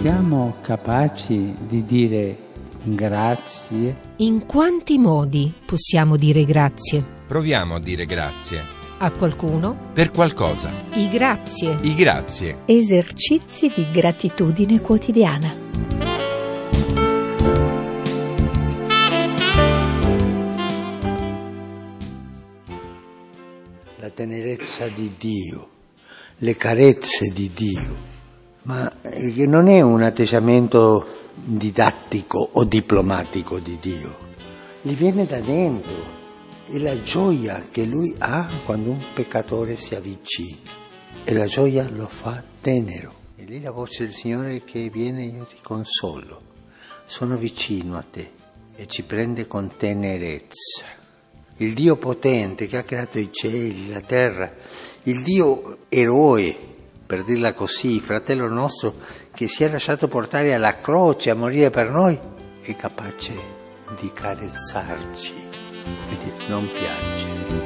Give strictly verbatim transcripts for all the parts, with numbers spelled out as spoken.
Siamo capaci di dire grazie? In quanti modi possiamo dire grazie? Proviamo a dire grazie. A qualcuno? Per qualcosa. I grazie. I grazie. Esercizi di gratitudine quotidiana. La tenerezza di Dio, le carezze di Dio, ma che non è un atteggiamento didattico o diplomatico di Dio, gli viene da dentro, è la gioia che Lui ha quando un peccatore si avvicina e la gioia lo fa tenero. E lì la voce del Signore che viene, io ti consolo, sono vicino a te e ci prende con tenerezza. Il Dio potente che ha creato i cieli, la terra, il Dio eroe, per dirla così, fratello nostro, che si è lasciato portare alla croce a morire per noi, è capace di carezzarci e di non piangere.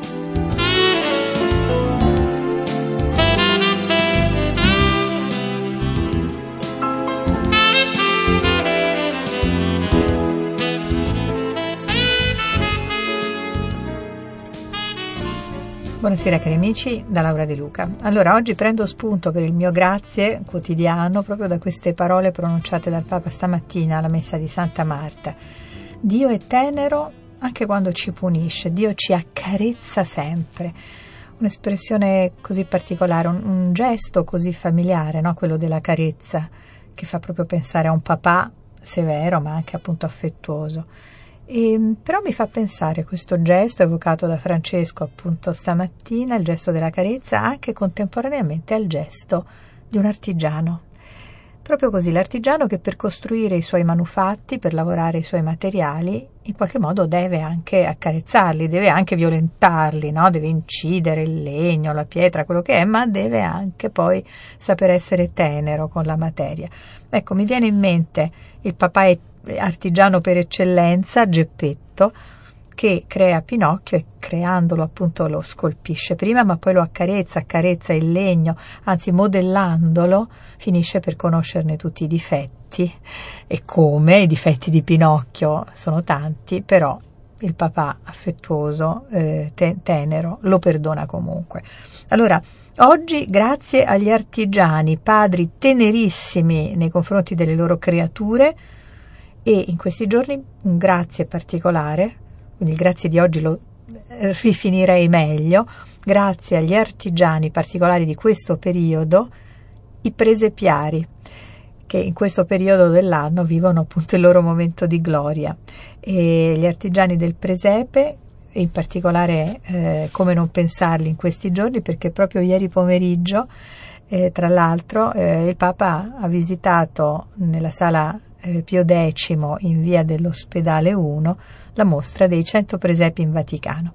Buonasera cari amici, da Laura De Luca. Allora, oggi prendo spunto per il mio grazie quotidiano proprio da queste parole pronunciate dal Papa stamattina alla messa di Santa Marta. Dio è tenero anche quando ci punisce, Dio ci accarezza sempre. Un'espressione così particolare, un, un gesto così familiare, no? Quello della carezza, che fa proprio pensare a un papà severo ma anche appunto affettuoso. E, però mi fa pensare questo gesto evocato da Francesco appunto stamattina, il gesto della carezza, anche contemporaneamente al gesto di un artigiano. Proprio così, l'artigiano che per costruire i suoi manufatti, per lavorare i suoi materiali, in qualche modo deve anche accarezzarli, deve anche violentarli, no? Deve incidere il legno, la pietra, quello che è, ma deve anche poi saper essere tenero con la materia. Ecco, mi viene in mente il papà artigiano per eccellenza, Geppetto, che crea Pinocchio e creandolo appunto lo scolpisce prima, ma poi lo accarezza, accarezza il legno, anzi modellandolo finisce per conoscerne tutti i difetti. E come? I difetti di Pinocchio sono tanti, però il papà affettuoso, eh, te- tenero, lo perdona comunque. Allora, oggi, grazie agli artigiani, padri tenerissimi nei confronti delle loro creature, e in questi giorni un grazie particolare, quindi il grazie di oggi lo rifinirei meglio, grazie agli artigiani particolari di questo periodo, i presepiari, che in questo periodo dell'anno vivono appunto il loro momento di gloria. E gli artigiani del presepe, in particolare eh, come non pensarli in questi giorni, perché proprio ieri pomeriggio, eh, tra l'altro, eh, il Papa ha visitato nella sala Pio X in via dell'Ospedale uno la mostra dei cento presepi in Vaticano,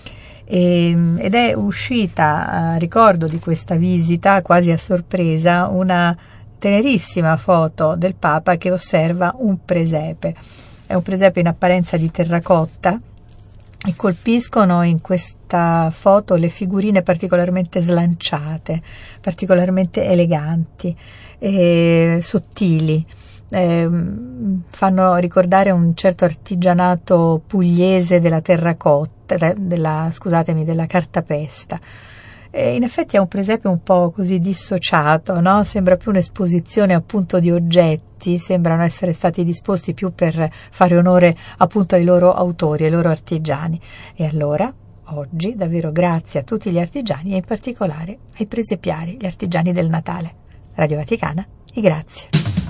e, ed è uscita a ricordo di questa visita, quasi a sorpresa, una tenerissima foto del Papa che osserva un presepe. È un presepe in apparenza di terracotta e colpiscono in questa foto le figurine particolarmente slanciate, particolarmente eleganti e sottili. Eh, fanno ricordare un certo artigianato pugliese della terracotta, della, scusatemi, della cartapesta. E in effetti è un presepe un po' così dissociato, no? Sembra più un'esposizione appunto di oggetti, sembrano essere stati disposti più per fare onore appunto ai loro autori, ai loro artigiani. E allora, oggi, davvero grazie a tutti gli artigiani e in particolare ai presepiari, gli artigiani del Natale. Radio Vaticana, i grazie.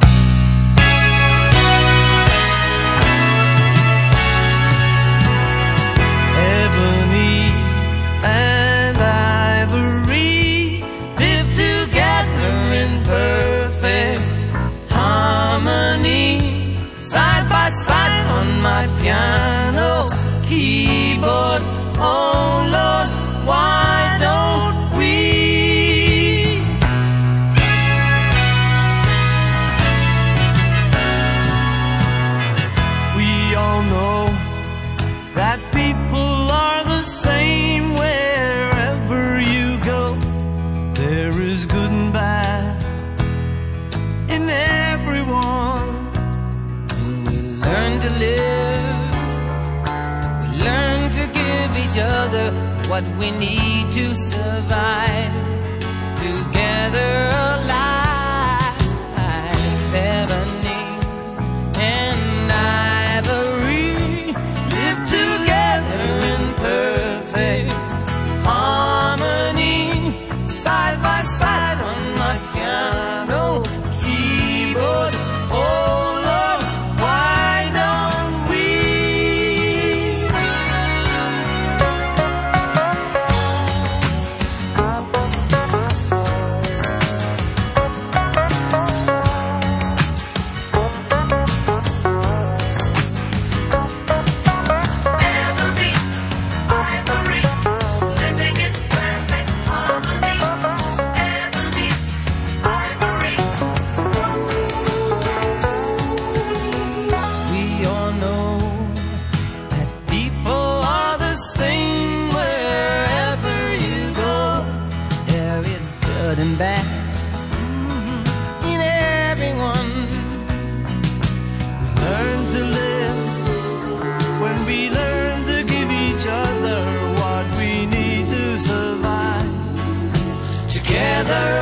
Ebony and ivory live together in perfect harmony, side by side on my piano keyboard. Oh Lord, why don't we? what we need to survive. Together alive, ebony and ivory live together in perfect harmony, side by side on my piano keyboard. Oh Lord, why don't we? We all know that people are the same wherever you go. There is good and bad mhm, in everyone. We learn to live when we learn to give each other what we need to survive. Together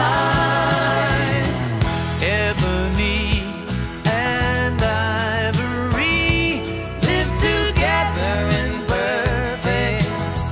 alive, ebony and ivory live together in perfect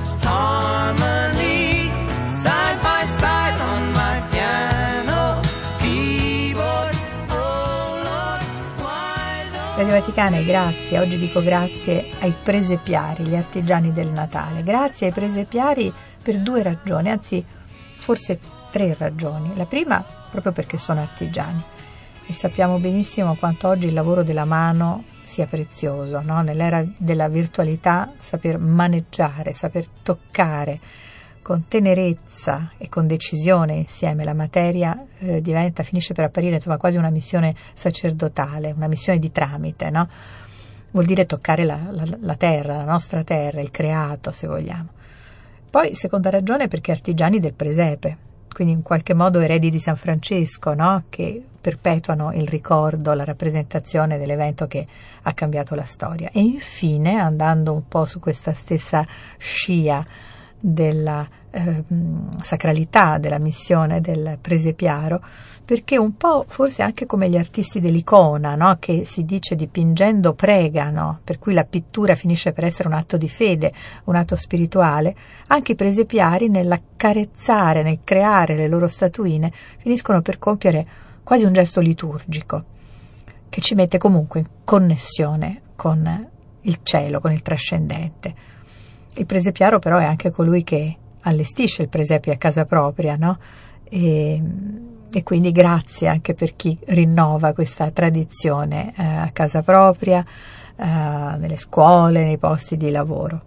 harmony, side by side on my piano keyboard. Oh Lord, why don't Radio Vaticana, grazie. Oggi dico grazie ai presepiari, gli artigiani del Natale. Grazie ai presepiari per due ragioni, anzi forse tre ragioni. La prima proprio perché sono artigiani e sappiamo benissimo quanto oggi il lavoro della mano sia prezioso, no? Nell'era della virtualità saper maneggiare, saper toccare con tenerezza e con decisione insieme la materia eh, diventa, finisce per apparire insomma quasi una missione sacerdotale, una missione di tramite, no? Vuol dire toccare la, la, la terra, la nostra terra, il creato se vogliamo. Poi seconda ragione perché artigiani del presepe, quindi in qualche modo eredi di San Francesco, no? Che perpetuano il ricordo, la rappresentazione dell'evento che ha cambiato la storia. E infine, andando un po' su questa stessa scia della eh, sacralità della missione del presepiaro, perché un po' forse anche come gli artisti dell'icona, no? Che si dice dipingendo pregano, per cui la pittura finisce per essere un atto di fede, un atto spirituale, anche i presepiari nell'accarezzare, nel creare le loro statuine, finiscono per compiere quasi un gesto liturgico, che ci mette comunque in connessione con il cielo, con il trascendente. Il presepiaro però è anche colui che allestisce il presepio a casa propria, no? E, e quindi grazie anche per chi rinnova questa tradizione eh, a casa propria, eh, nelle scuole, nei posti di lavoro.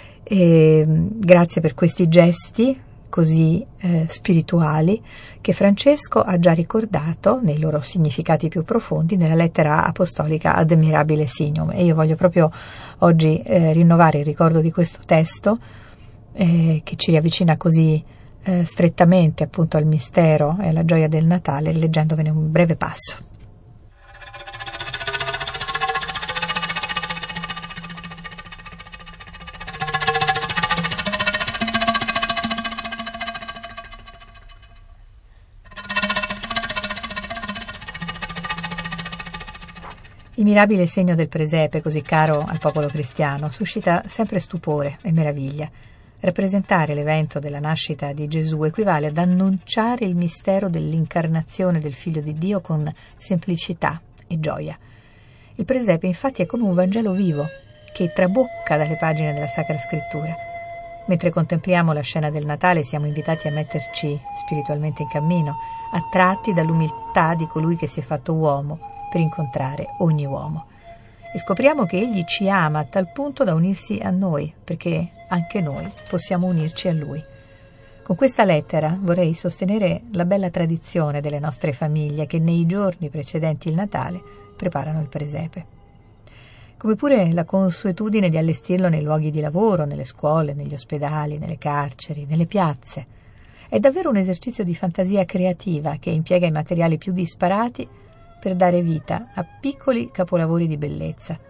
E, grazie per questi gesti così eh, spirituali che Francesco ha già ricordato nei loro significati più profondi nella lettera apostolica Ad Mirabile Signum, e io voglio proprio oggi eh, rinnovare il ricordo di questo testo eh, che ci riavvicina così eh, strettamente appunto al mistero e alla gioia del Natale, leggendovene un breve passo. Il mirabile segno del presepe, così caro al popolo cristiano, suscita sempre stupore e meraviglia. Rappresentare l'evento della nascita di Gesù equivale ad annunciare il mistero dell'incarnazione del Figlio di Dio con semplicità e gioia. Il presepe infatti è come un Vangelo vivo che trabocca dalle pagine della Sacra Scrittura. Mentre contempliamo la scena del Natale siamo invitati a metterci spiritualmente in cammino, attratti dall'umiltà di colui che si è fatto uomo per incontrare ogni uomo. E scopriamo che egli ci ama a tal punto da unirsi a noi, perché anche noi possiamo unirci a lui. Con questa lettera vorrei sostenere la bella tradizione delle nostre famiglie che nei giorni precedenti il Natale preparano il presepe. Come pure la consuetudine di allestirlo nei luoghi di lavoro, nelle scuole, negli ospedali, nelle carceri, nelle piazze. È davvero un esercizio di fantasia creativa che impiega i materiali più disparati per dare vita a piccoli capolavori di bellezza.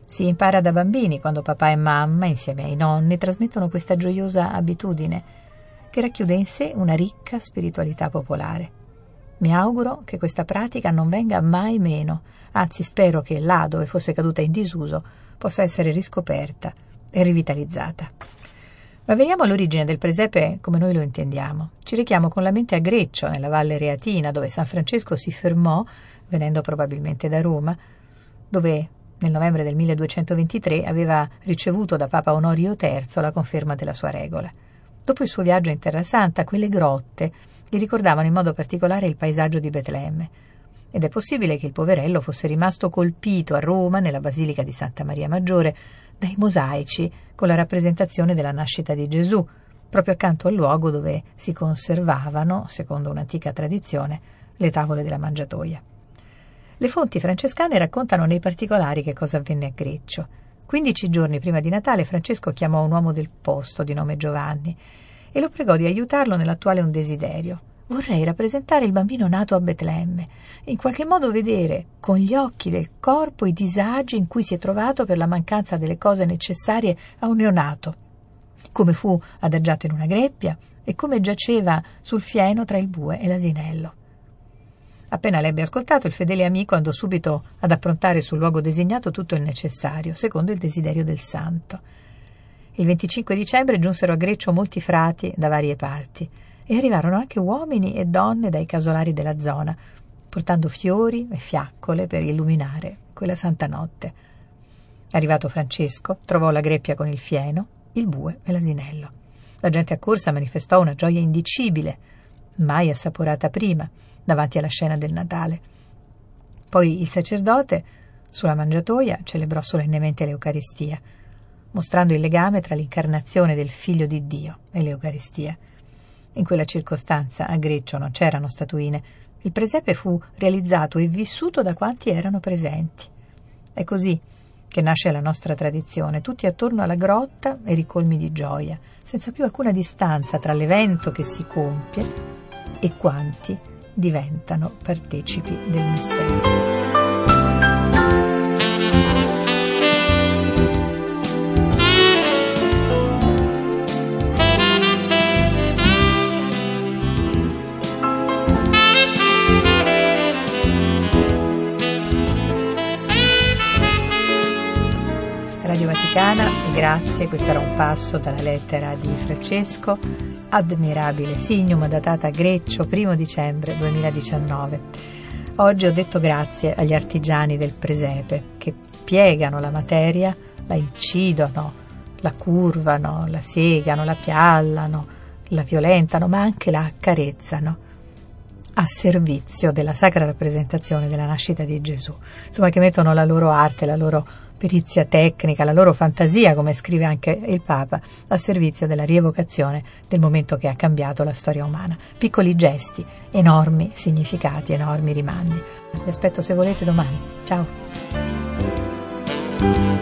Si impara da bambini quando papà e mamma, insieme ai nonni, trasmettono questa gioiosa abitudine che racchiude in sé una ricca spiritualità popolare. Mi auguro che questa pratica non venga mai meno, anzi spero che là dove fosse caduta in disuso possa essere riscoperta e rivitalizzata. Ma veniamo all'origine del presepe come noi lo intendiamo. Ci richiamo con la mente a Greccio, nella Valle Reatina, dove San Francesco si fermò, venendo probabilmente da Roma, dove nel novembre del milleduecentoventitré aveva ricevuto da Papa Onorio terzo la conferma della sua regola. Dopo il suo viaggio in Terra Santa, quelle grotte gli ricordavano in modo particolare il paesaggio di Betlemme. Ed è possibile che il poverello fosse rimasto colpito a Roma, nella Basilica di Santa Maria Maggiore, dai mosaici con la rappresentazione della nascita di Gesù, proprio accanto al luogo dove si conservavano, secondo un'antica tradizione, le tavole della mangiatoia. Le fonti francescane raccontano nei particolari che cosa avvenne a Greccio. Quindici giorni prima di Natale Francesco chiamò un uomo del posto di nome Giovanni e lo pregò di aiutarlo nell'attuale un desiderio. Vorrei rappresentare il bambino nato a Betlemme e in qualche modo vedere con gli occhi del corpo i disagi in cui si è trovato per la mancanza delle cose necessarie a un neonato, come fu adagiato in una greppia e come giaceva sul fieno tra il bue e l'asinello. Appena l'ebbe ascoltato, il fedele amico andò subito ad approntare sul luogo designato tutto il necessario, secondo il desiderio del santo. Il venticinque dicembre giunsero a Greccio molti frati da varie parti e arrivarono anche uomini e donne dai casolari della zona, portando fiori e fiaccole per illuminare quella santa notte. Arrivato Francesco, trovò la greppia con il fieno, il bue e l'asinello. La gente accorsa manifestò una gioia indicibile, mai assaporata prima, davanti alla scena del Natale. Poi il sacerdote, sulla mangiatoia, celebrò solennemente l'Eucaristia, mostrando il legame tra l'incarnazione del Figlio di Dio e l'Eucaristia. In quella circostanza a Greccio non c'erano statuine. Il presepe fu realizzato e vissuto da quanti erano presenti. È così che nasce la nostra tradizione, tutti attorno alla grotta e ricolmi di gioia, senza più alcuna distanza tra l'evento che si compie e quanti diventano partecipi del mistero. Radio Vaticana, grazie, questo era un passo dalla lettera di Francesco, Admirabile Signum, datata a Greccio, primo dicembre duemiladiciannove. Oggi ho detto grazie agli artigiani del presepe che piegano la materia, la incidono, la curvano, la segano, la piallano, la violentano, ma anche la accarezzano a servizio della sacra rappresentazione della nascita di Gesù. Insomma, che mettono la loro arte, la loro perizia tecnica, la loro fantasia, come scrive anche il Papa, a servizio della rievocazione del momento che ha cambiato la storia umana. Piccoli gesti, enormi significati, enormi rimandi. Vi aspetto se volete domani. Ciao!